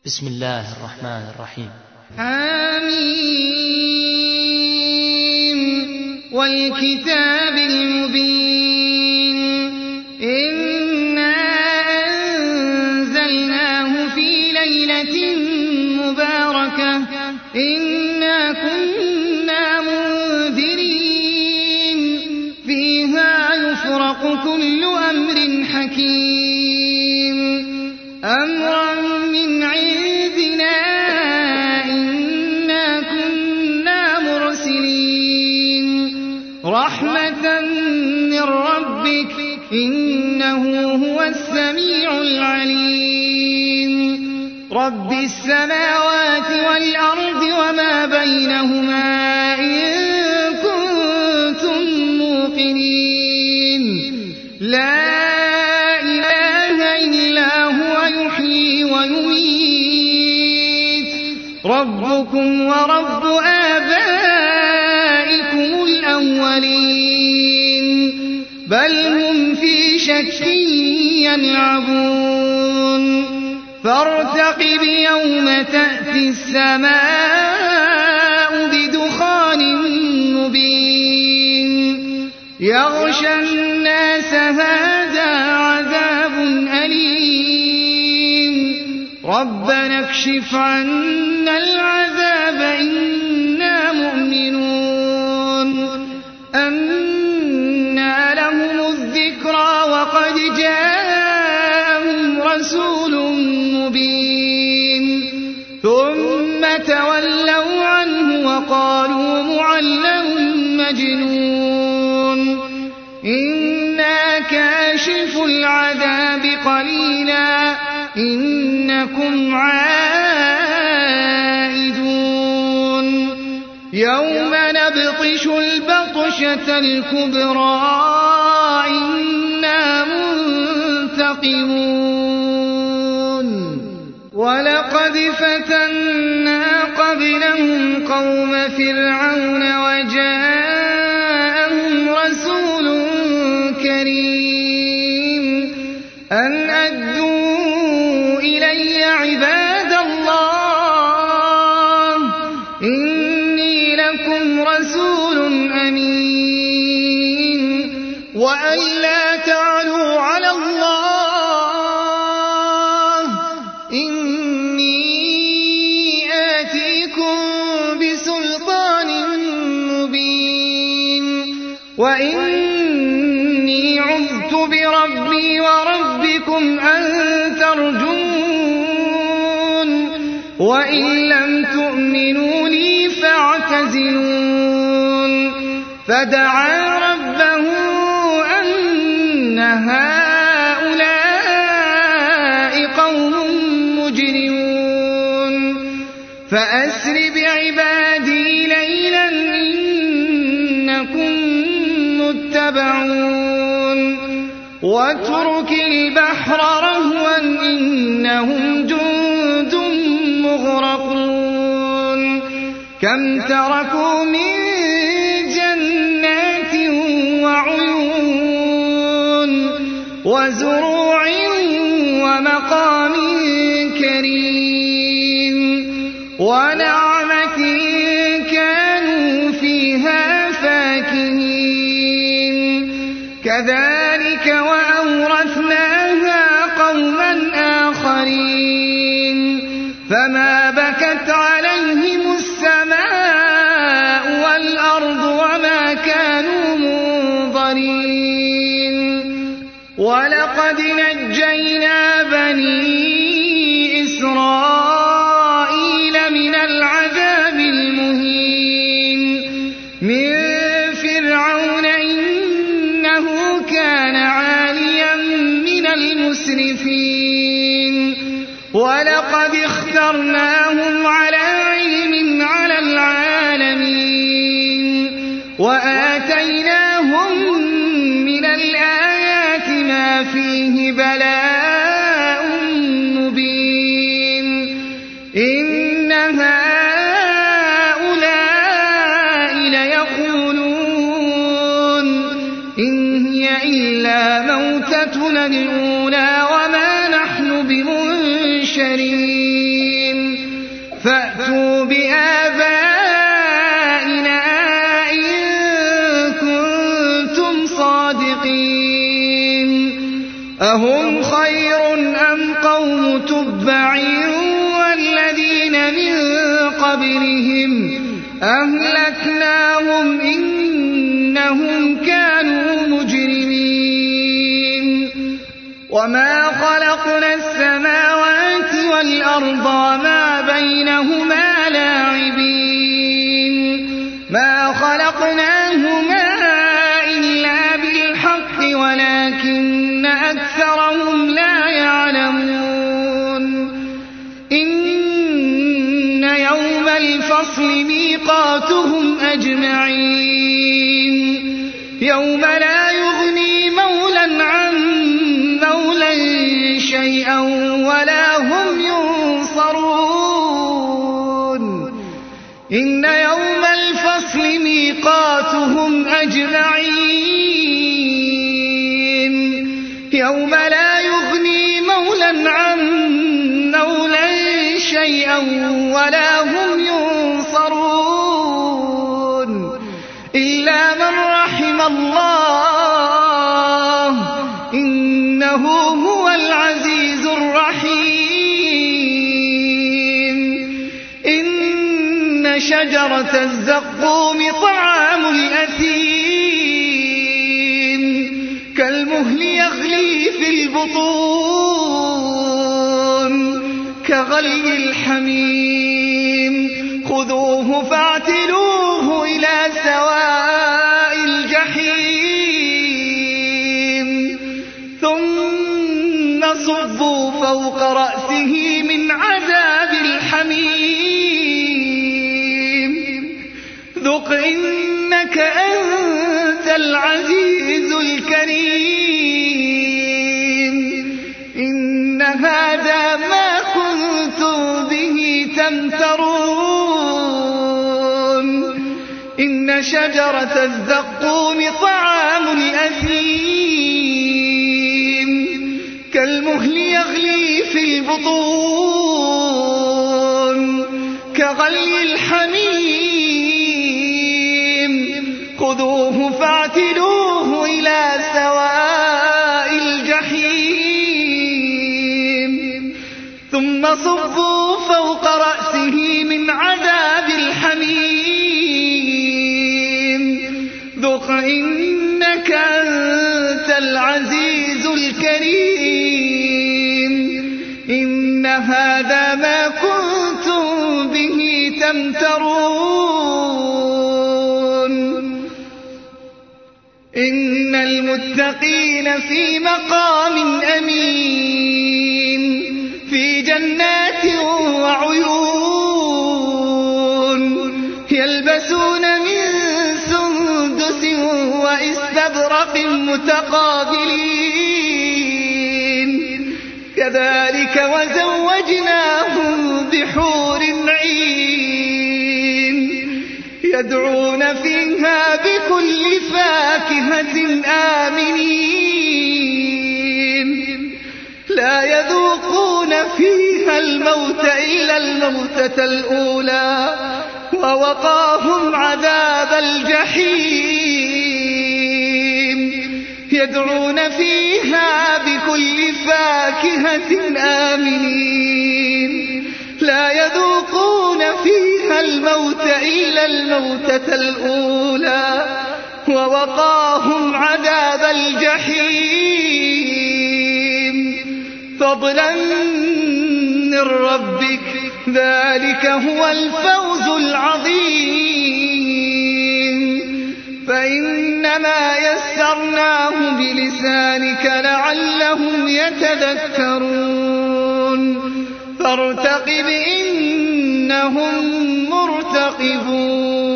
بسم الله الرحمن الرحيم. حميم والكتاب المبين إنا أنزلناه في ليلة مباركة إنا كنا منذرين فيها يفرق كل أمر حكيم أمرا من عندنا إنا كنا مرسلين رحمة من ربك إنه هو السميع العليم رب السماوات والأرض وما بينهما إن كنتم موقنين لا ربكم ورب آبائكم الأولين بل هم في شك يلعبون فارتقب يوم تأتي السماء بدخان مبين يغشى الناس هذا عذاب أليم ربنا اكشف عنا العذاب إنا مؤمنون أنى لهم الذكرى وقد جاءهم رسول مبين ثم تولوا عنه وقالوا معلم مجنون إنا كاشف العذاب قليلا إنكم عائدون يوم نبطش البطشة الكبرى إنا منتقمون ولقد فتنا قبلهم قوم فرعون وجاءهم رسول كريم أن أدوا إلي عباد الله إني لكم رسول أمين وأن لا تعلوا على الله إني آتيكم بسلطان مبين وإني عذت بربي وربكم أن ترجون وإن لم تؤمنوا لي فاعتزلون فدعا ربه أن هؤلاء قوم مجرمون فأسر بعبادي ليلا إنكم متبعون واترك البحر رهوا إنهم جند مغرقون كم تركوا من جنات وعيون وزروع ومقام كريم ونعمة كانوا فيها فاكهين كذلك وأورثناها قوما آخرين فما بكت عليهم السماء والأرض وما كانوا منظرين ولقد نجينا بني إسرائيل من العذاب المهين من فرعون إنه كان عاليا من المسرفين ولقد اخترناهم على علم على العالمين وآتيناهم من الآيات ما فيه بلاء مبين إن هؤلاء ليقولون إن هي إلا موتتنا الأولى وما نحن بمنشرين أهم خير أم قوم تبع والذين من قبلهم أهلكناهم إنهم كانوا مجرمين وما خلقنا السماوات والأرض وما بينهما لاعبين ما خلقناهما إلا بالحق ولكن أكثرهم لا يعلمون إن يوم الفصل ميقاتهم أجمعين يوم لا يغني مولا عن مولا شيئا ولا هم ينصرون إن يوم الفصل ميقاتهم أجمعين يوم لا يغني مولا عن مولا شيئا ولا هم ينصرون إلا من رحم الله إنه هو العزيز الرحيم إن شجرة الزقوم طعام الأثيم كالمهل يغلي في البطون كغلي الحميم خذوه فاعتلوه إلى سواء الجحيم ثم صبوا فوق رأسه من عذاب الحميم ذق إنك أنت العزيز الكريم إن هذا ما كنتم به تمترون إن شجرة الزقوم طعام الأثيم كالمهل يغلي في البطون كغلي الحميم خذوه فاعتلوه إلى سواء الجحيم ثم صبوا فوق رأسه من عذاب الحميم ذق إنك أنت العزيز الكريم إن هذا ما كنتم به تمترون إن المتقين في مقام أمين في جنات وعيون يلبسون من سندس وإستبرق متقابلين كذلك وزوجناهم بحور عين يدعون فيها بكل فاكهة آمنين لا يذوقون فيها الموت إلا الموتة الأولى ووقاهم عذاب الجحيم يدعون فيها بكل فاكهة آمنين لا يذوقون فيها الموت إلا الموتة الأولى ووقاهم عذاب الجحيم فضلا من ربك ذلك هو الفوز العظيم فإنما يسرناه بلسانك لعلهم يتذكرون فارتقب إنهم مرتقبون